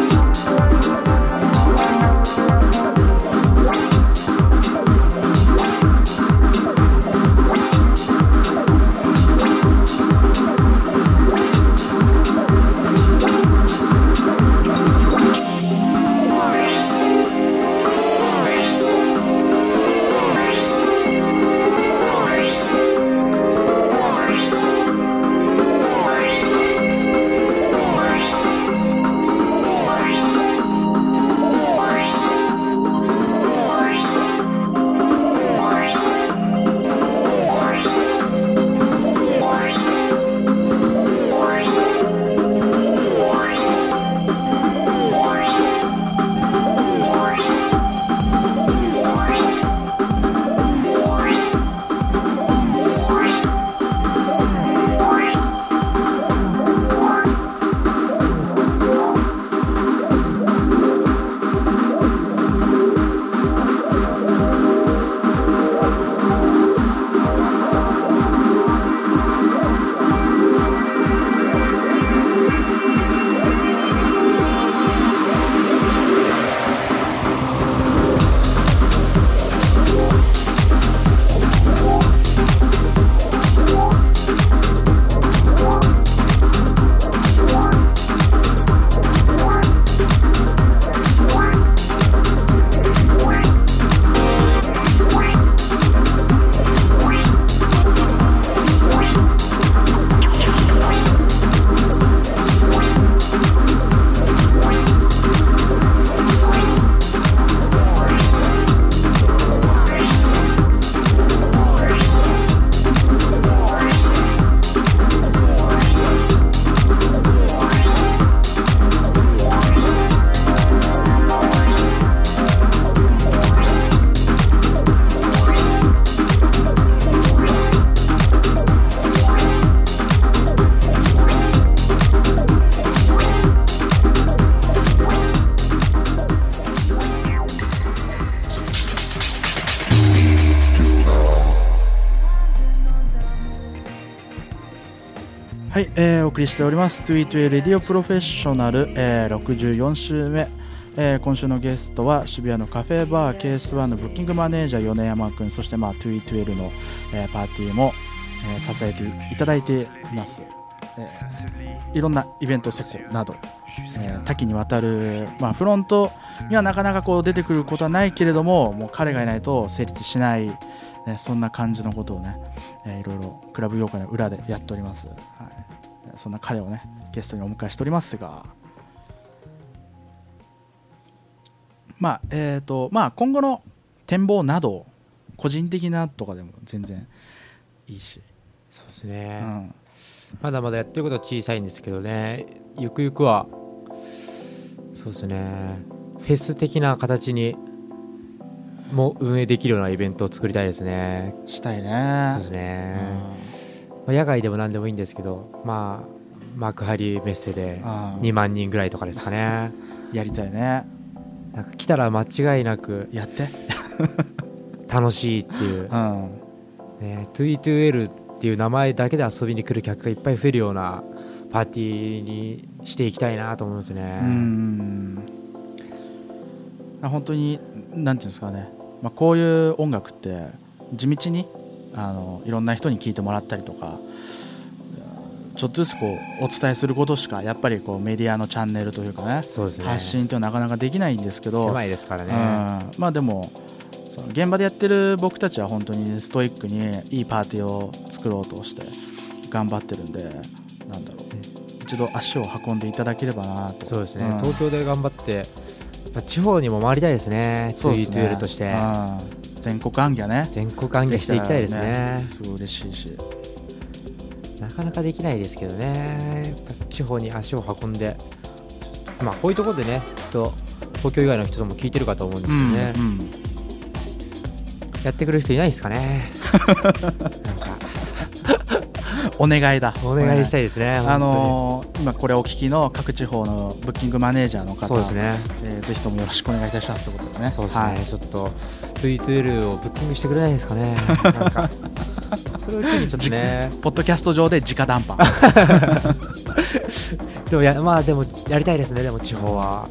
はい、えー、お送りしております トゥイトゥエ レディオプロフェッショナル、えー、ろくじゅうよん週目、えー、今週のゲストは渋谷のカフェバー ケーエスワン のブッキングマネージャー米山くん、そしてまあ トゥイトゥエ の、えー、パーティーも、えー、支えていただいています、えー、いろんなイベント施工など、えー、多岐にわたる、まあ、フロントにはなかなかこう出てくることはないけれども、もう彼がいないと成立しない、ね、そんな感じのことをね、えー、いろいろクラブ業界の裏でやっております、はい、そんな彼をねゲストにお迎えしておりますが、まあえーとまあ、今後の展望など個人的なとかでも全然いいし、 そうですね、 うん、 まだまだやってることは小さいんですけどね、ゆくゆくはそうですね、フェス的な形にも運営できるようなイベントを作りたいですね。 したいね。 そうですね、うん、まあ、野外でも何でもいいんですけど、まあ幕張メッセでにまんにんぐらいとかですかね。 やりたいね。 なんか来たら間違いなくやって楽しいっていう、うんね、トゥイトゥエル っていう名前だけで遊びに来る客がいっぱい増えるようなパーティーにしていきたいなと思いますね。 うん、本当になんていうんですかね、まあ、こういう音楽って地道にあのいろんな人に聴いてもらったりとか、ちょっとずつこうお伝えすることしかやっぱりこうメディアのチャンネルというかね、 そうですね、 発信というのはなかなかできないんですけど、 狭いですからね、 うん、まあでもその現場でやってる僕たちは本当にストイックにいいパーティーを作ろうとして頑張ってるんで、なんだろう、一度足を運んでいただければなと。 そうですね、 うん、 東京で頑張って地方にも回りたいですね、トゥイトゥエルとして、 うん、全国行脚ね、 全国行脚していきたいですね。 ね、すごい嬉しいし、 なかなかできないですけどね、やっぱ地方に足を運んで、まあこういうところでね、きっと東京以外の人とも聞いてるかと思うんですけどね、うんうん、やってくれる人いないですかねなんかお願いだ、 お願いしたいですね。 あのー、今これお聞きの各地方のブッキングマネージャーの方、 そうですね、 えー、ぜひともよろしくお願いいたしますということでね。 そうですね、 はい、 ちょっと トゥイトゥエル をブッキングしてくれないですかねなんかそれを機にちょっとねポッドキャスト上で直談判でもや、まあでもやりたいですね。でも地方は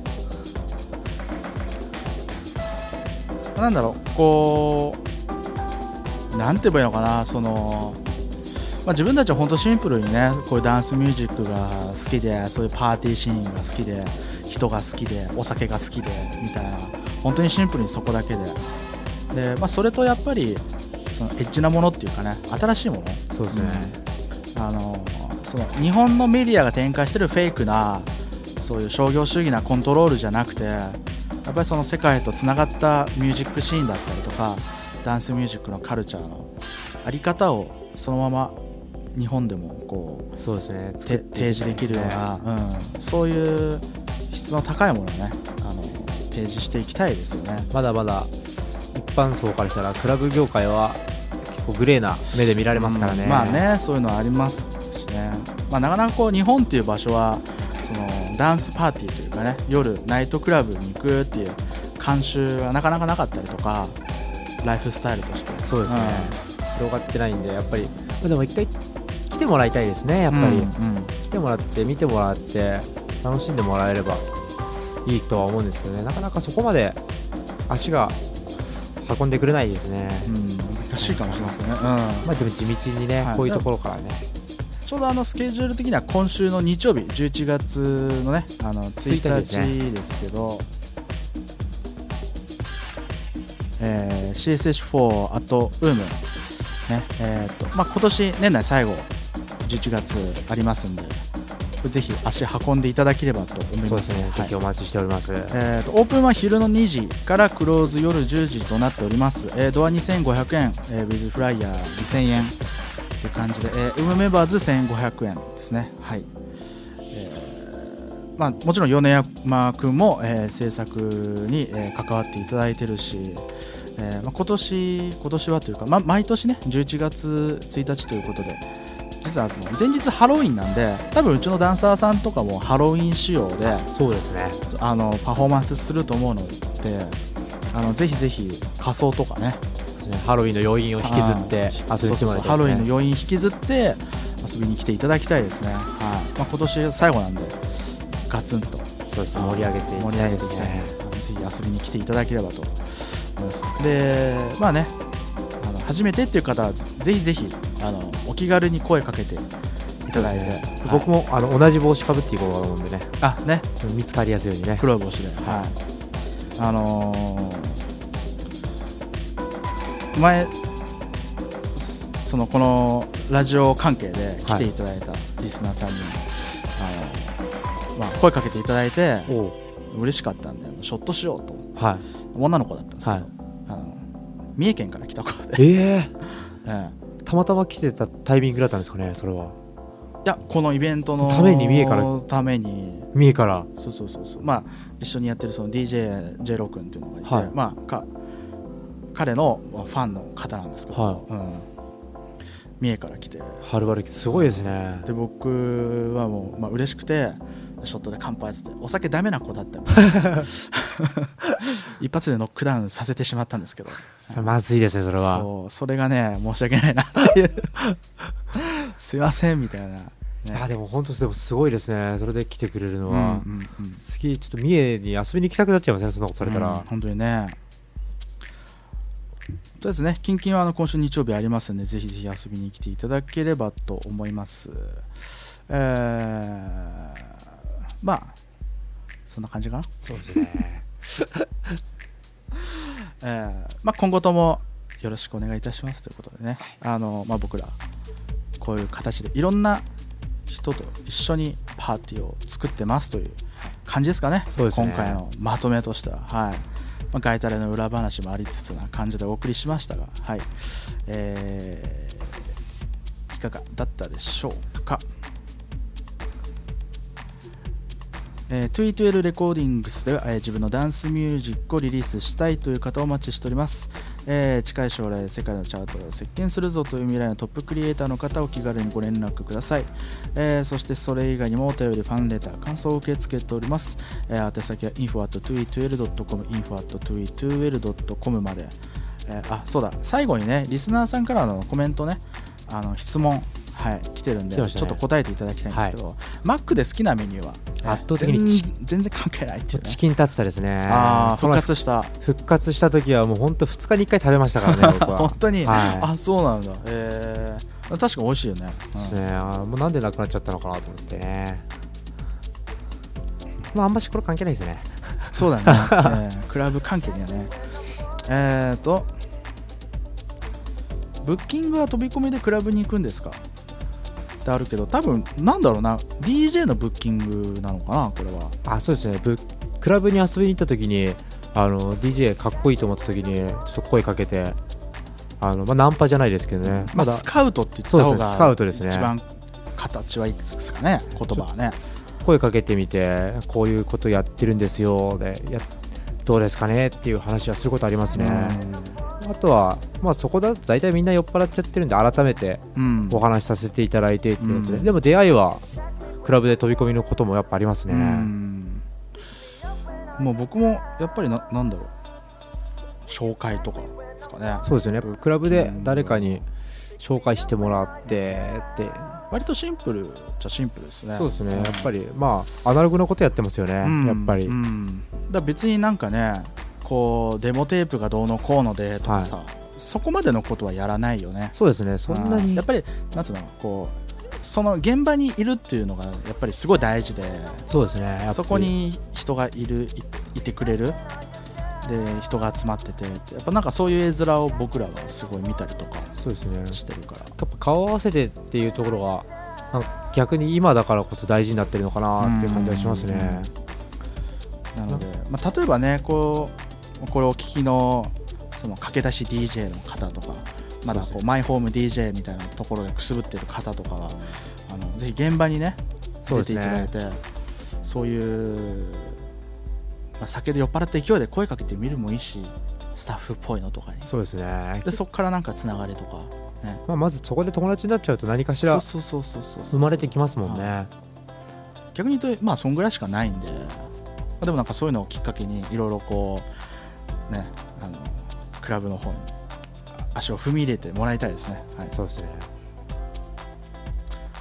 なんだろう、こうなんて言えばいいのかな、その、まあ、自分たちは本当シンプルにね、こういうダンスミュージックが好きで、そういうパーティーシーンが好きで、人が好きで、お酒が好きでみたいな、本当にシンプルにそこだけで、で、まあ、それとやっぱりそのエッジなものっていうかね、新しいもの、 そうですね、 うん、あのその日本のメディアが展開してるフェイクなそういう商業主義なコントロールじゃなくて、やっぱりその世界とつながったミュージックシーンだったりとか、ダンスミュージックのカルチャーのあり方をそのまま日本でもこう、 そうですね、 提示できるような、うん、そういう質の高いものをね、あの提示していきたいですよね。 まだまだ一般層からしたらクラブ業界は結構グレーな目で見られますからね、うん、 まあね、そういうのはありますしね、まあ、なかなかこう日本っていう場所はそのダンスパーティーというかね、夜ナイトクラブに行くっていう慣習がなかなかなかったりとか、ライフスタイルとしてそうですね、うん、広がってないんで、やっぱりでも一回来てもらいたいですね。やっぱり、うんうん、来てもらって見てもらって楽しんでもらえればいいとは思うんですけどね、なかなかそこまで足が運んでくれないですね、 うん、難しいかもしれないですけどね、うん、 まあ、でも地道にね、はい、こういうところからね、 ちょうどあのスケジュール的には今週の日曜日じゅういちがつのね、あのついたちですけど、えー、シーエスエスフォー アットウーム、ね、えーとまあ、今年年内最後じゅういちがつありますんで、ぜひ足運んでいただければと思います。 そうですね、はい、ぜひお待ちしております。 えーとオープンは昼のにじからクローズ夜じゅうじとなっております。えー、ドアにせんごひゃくえん、えー、ウィズフライヤーにせんえんという感じで、えー、ウームメンバーズせんごひゃくえんですね。はい、えーまあ、もちろん米山君も、えー、制作に、えー、関わっていただいてるし、えーまあ、今年今年はというか、まあ、毎年ねじゅういちがつついたちということで、実はその前日ハロウィンなんで、多分うちのダンサーさんとかもハロウィン仕様で、 そうですね、 あのパフォーマンスすると思うので、あのぜひぜひ仮装とかね、 ハロウィンの余韻を引きずって遊びに来てもらいたいですね。 ハロウィンの余韻引きずって、 遊びに来ていただきたいですね。はい。まあ、今年最後なんでガツンとそうですね、盛り上げていき盛り上げていきたいので、ぜひ遊びに来ていただければと思います。で、まあね、あの初めてっていう方はぜひぜひあのお気軽に声かけていただいて、ね、はい、 僕もあの同じ帽子かぶっていこうと思うんでね、 あね、 見つかりやすいようにね、 黒い帽子で、はい、あのー、前そのこのラジオ関係で来ていただいたリスナーさんに、はい、あのまあ、声かけていただいて嬉しかったんでショットしようと、はい、女の子だったんですけど、はい、あの三重県から来た子で、 えーええ、たまたま来てたタイミングだったんですかね、それは。 いや、このイベントのために三重からために三重からそうそうそうそう、まあ、一緒にやってるその ディージェー ジェロ君っていうのがいて、はい、まあ、か彼のファンの方なんですけど、はい、うん、三重から来て、 はるばるすごいですね。 で僕はもう、まあ、嬉しくてショットで乾杯ってお酒ダメな子だった一発でノックダウンさせてしまったんですけど、 それまずいですね。それはそう、それがね申し訳ないなっていうすいませんみたいな、ね、 あでも本当でもすごいですね、それで来てくれるのは、うんうんうん、次ちょっと三重に遊びに行きたくなっちゃいますね、そんなことされたら、うん、 本当にね。とりあえずね、キンキンはあの今週日曜日ありますので、ぜひぜひ遊びに来ていただければと思います。えー、まあそんな感じかな。 そうですね、 えーまあ、今後ともよろしくお願いいたしますということでね、はい、あのまあ、僕らこういう形でいろんな人と一緒にパーティーを作ってますという感じですかね。そうですね、今回のまとめとしては、はい、まあ、ガイタレの裏話もありつつな感じでお送りしましたが、はい、えー、いかがだったでしょうか。えー、トゥイトゥエル レコーディングスでは、えー、自分のダンスミュージックをリリースしたいという方をお待ちしております。えー、近い将来世界のチャートを席巻するぞという未来のトップクリエイターの方を気軽にご連絡ください。えー、そしてそれ以外にもお便り、ファンレター、感想を受け付けております。えー、宛先は インフォアットトゥイトゥエルドットコム インフォアットトゥイトゥエルドットコム まで、えー、あ、そうだ、最後にね、リスナーさんからのコメントね、あの質問、はい、来てるんで、ね、ちょっと答えていただきたいんですけど、はい、マックで好きなメニューは圧倒的に全然関係ないっていう、ね、 チキンタツタですね。 あ、復活した復活した時はもう本当ふつかにいっかい食べましたからね僕は本当に、はい、あ、そうなんだ、えー、確かに美味しいよね、 うん、ですね。あ、もうなんでなくなっちゃったのかなと思ってね。まあ、あんましこれ関係ないですね。 そうだね、えー、クラブ関係にはね。えーとブッキングは飛び込みでクラブに行くんですかってあるけど、多分なんだろうな、 ディージェー のブッキングなのかな、これは。 あ、そうですね、ブクラブに遊びに行った時にあの ディージェー かっこいいと思った時にちょっと声かけて、あの、まあ、ナンパじゃないですけどね、 まあ、スカウトって言った方がスカウトですね、 一番形はいいですかね、言葉はね。 声かけてみて、こういうことやってるんですよで、やどうですかねっていう話はすることありますね。あとは、まあ、そこだと大体みんな酔っ払っちゃってるんで、改めてお話しさせていただいてっていうことで、うん、でも出会いはクラブで飛び込みのこともやっぱありますね。うん、 もう僕もやっぱり な, なんだろう紹介とかですかね。 そうですよね、クラブで誰かに紹介してもらってって割とシンプルじゃシンプルですね。 そうですね、やっぱりまあアナログのことやってますよね、うん、やっぱり、うん、 だ別になんかね、こうデモテープがどうのこうのでとかさ、はい、そこまでのことはやらないよね。 そうですね、そんなにやっぱりなんつうの、こうその現場にいるっていうのがやっぱりすごい大事で、 そうですね、 そこに人がいる い, いてくれるで人が集まってて、やっぱなんかそういう絵面を僕らはすごい見たりとかしてるから、 やっぱ顔合わせてっていうところがなんか逆に今だからこそ大事になってるのかなっていう感じがしますね。 なので、まあ、例えばね、こうこれを聞きのその駆け出し ディージェー の方とか、まだこうマイホーム ディージェー みたいなところでくすぶってる方とかは、あのぜひ現場にね出ていただいて、そういう、まあ、酒で酔っ払った勢いで声かけてみるもいいし、スタッフっぽいのとかに、 そうですね、 でそこからなんかつながりとか、ね、 まあ、まずそこで友達になっちゃうと何かしら生まれてきますもんね。 逆に言うと、まあそんぐらいしかないんで、まあ、でもなんかそういうのをきっかけにいろいろこうね、あのクラブの方に足を踏み入れてもらいたいですね。はい、 そうですね。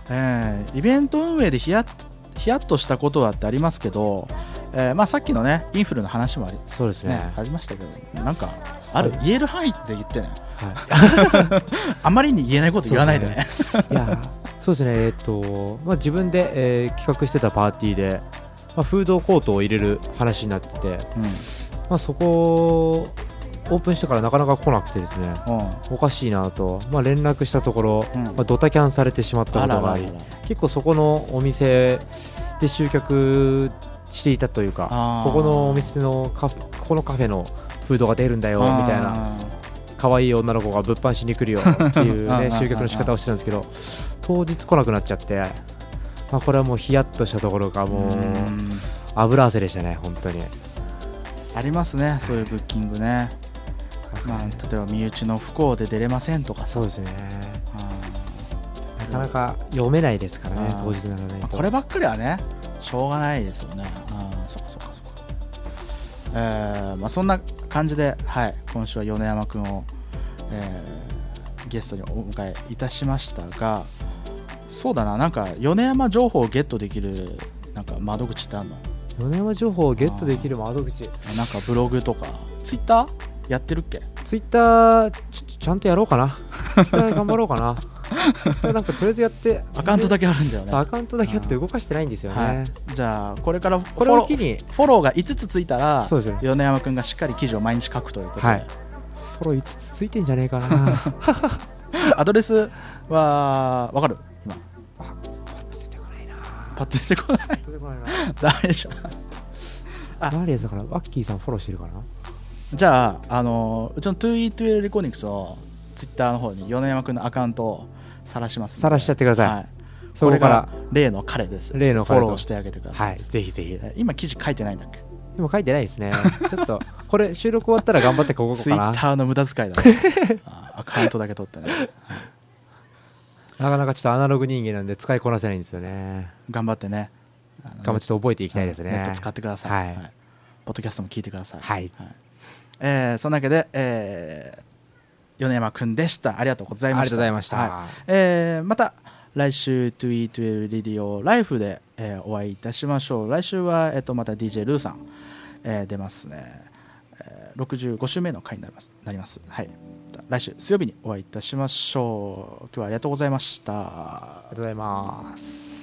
えー、イベント運営でヒヤッヒヤッとしたことだってありますけど、えーまあ、さっきのねインフルの話もあり、 そうですね、 ね、ありましたけど、なんかある、はい、言える範囲で言ってね、 はい、 あまりに言えないこと言わないでね。 いやそうですね、えーとまあ、自分で、えー、企画してたパーティーで、まあ、フードコートを入れる話になってて、うん、まあ、そこオープンしてからなかなか来なくてですね、うん、おかしいなと、まあ、連絡したところ、うん、まあ、ドタキャンされてしまったことがあり、あらららら、結構そこのお店で集客していたというか、ここのお店のカフェ、ここのカフェのフードが出るんだよみたいな、可愛い女の子が物販しに来るよっていう、ね、集客の仕方をしてたんですけど、当日来なくなっちゃって、まあ、これはもうヒヤッとしたところがもう油汗でしたね、本当に。 ありますね、そういうブッキングね。まあ、例えば身内の不幸で出れませんとかさ。 そうですね、なかなか読めないですからね、当日ならないと、 まあ、こればっかりはねしょうがないですよね。あ、そっかそっかそっか、えーまあ、そんな感じで、はい、今週は米山くんを、えー、ゲストにお迎えいたしましたが、そうだな、なんか米山情報をゲットできるなんか窓口ってあるの？ 米山情報をゲットできる窓口、 なんかブログとかツイッターやってるっけ？ ツイッター ち, ちゃんとやろうかなツイッター頑張ろうかななんかとりあえずやってアカウントだけあるんだよね。 アカウントだけあって動かしてないんですよね、はい、 じゃあこれからこれを機にフォローがいつつついたら、 そうですね、 米山くんがしっかり記事を毎日書くということで、はい、 フォローいつつついてんじゃねえかなアドレスはわかる？今パッと出てこないな。 パッと出てこない。 出てこないな。 ダメでしょ。 あ、マリエだからワッキーさんフォローしてるかな。 じゃあ、あのうちの トゥーイートゥーエル レコニクスのツイッターの方に米山くんのアカウントを晒しますので、 晒しちゃってください、はい、 そこから例の彼です、 例の彼フォローしてあげてください、 はい、ぜひぜひ。 今記事書いてないんだっけ？ 今書いてないですねちょっとこれ収録終わったら頑張ってここかな。 ツイッターの無駄遣いだ、ね、アカウントだけ取ってね、はい、 なかなかちょっとアナログ人間なんで使いこなせないんですよね。 頑張ってね、 頑張ってちょっと覚えていきたいですね。 ネット使ってください、 はいはい、ポッドキャストも聞いてください、 はいはい、えー、そんなわけで、えー、米山くんでした。ありがとうございました。 ありがとうございました、 はい、えー、また来週 トゥイートゥエル レディオライフで、えー、お会いいたしましょう。来週は、えー、とまた ディージェー ルーさん、えー、出ますね、えー、ろくじゅうご週目の回になります、なります、はい、来週水曜日にお会いいたしましょう。今日はありがとうございました。 ありがとうございます。